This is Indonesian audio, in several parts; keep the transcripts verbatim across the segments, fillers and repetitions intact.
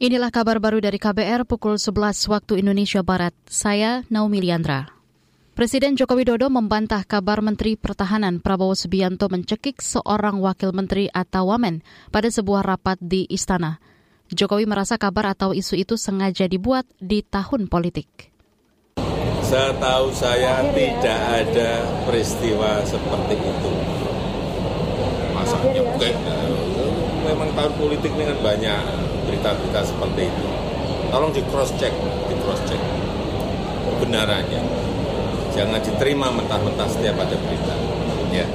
Inilah kabar baru dari K B R pukul sebelas waktu Indonesia Barat. Saya Naomi Liandra. Presiden Joko Widodo membantah kabar Menteri Pertahanan Prabowo Subianto mencekik seorang wakil menteri atau wamen pada sebuah rapat di Istana. Jokowi merasa kabar atau isu itu sengaja dibuat di tahun politik. Setahu saya tidak ada peristiwa seperti itu. Masa nyekek? Memang tahun politik ini kan banyak berita-berita seperti itu. Tolong di cross check, di cross check kebenarannya. Jangan diterima mentah-mentah setiap ada berita. Ya.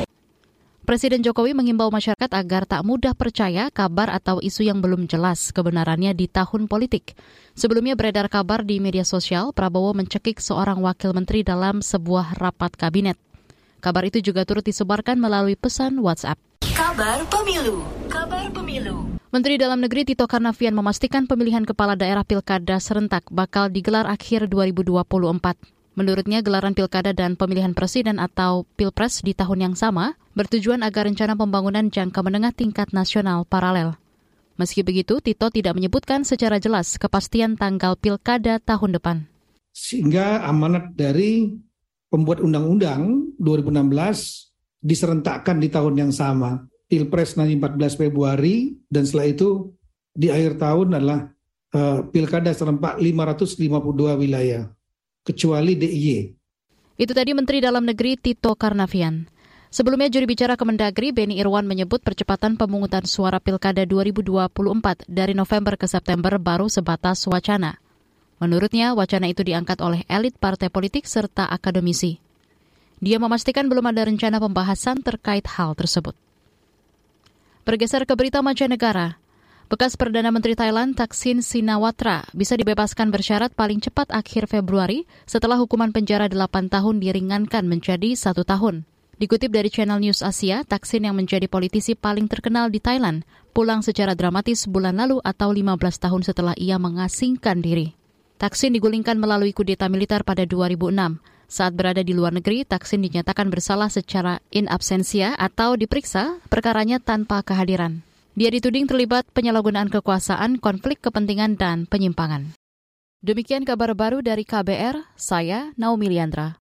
Presiden Jokowi mengimbau masyarakat agar tak mudah percaya kabar atau isu yang belum jelas kebenarannya di tahun politik. Sebelumnya beredar kabar di media sosial Prabowo mencekik seorang wakil menteri dalam sebuah rapat kabinet. Kabar itu juga turut disebarkan melalui pesan WhatsApp. Kabar Pemilu. Kabar Pemilu. Menteri Dalam Negeri Tito Karnavian memastikan pemilihan kepala daerah pilkada serentak bakal digelar akhir dua ribu dua puluh empat. Menurutnya, gelaran pilkada dan pemilihan presiden atau pilpres di tahun yang sama bertujuan agar rencana pembangunan jangka menengah tingkat nasional paralel. Meski begitu, Tito tidak menyebutkan secara jelas kepastian tanggal pilkada tahun depan. Sehingga amanat dari pembuat undang-undang dua ribu enam belas diserentakkan di tahun yang sama. Pilpres nanti empat belas Februari dan setelah itu di akhir tahun adalah uh, pilkada serentak lima ratus lima puluh dua wilayah, kecuali D I Y. Itu tadi Menteri Dalam Negeri Tito Karnavian. Sebelumnya juri bicara Kemendagri Beni Irwan menyebut percepatan pemungutan suara pilkada dua ribu dua puluh empat dari November ke September baru sebatas wacana. Menurutnya, wacana itu diangkat oleh elit partai politik serta akademisi. Dia memastikan belum ada rencana pembahasan terkait hal tersebut. Bergeser ke berita mancanegara, bekas Perdana Menteri Thailand Thaksin Shinawatra bisa dibebaskan bersyarat paling cepat akhir Februari setelah hukuman penjara delapan tahun diringankan menjadi satu tahun. Dikutip dari Channel News Asia, Thaksin yang menjadi politisi paling terkenal di Thailand pulang secara dramatis bulan lalu atau lima belas tahun setelah ia mengasingkan diri. Thaksin digulingkan melalui kudeta militer pada dua ribu enam. Saat berada di luar negeri, Thaksin dinyatakan bersalah secara in absentia atau diperiksa perkaranya tanpa kehadiran. Dia dituding terlibat penyalahgunaan kekuasaan, konflik kepentingan, dan penyimpangan. Demikian kabar baru dari K B R, saya Naomi Liandra.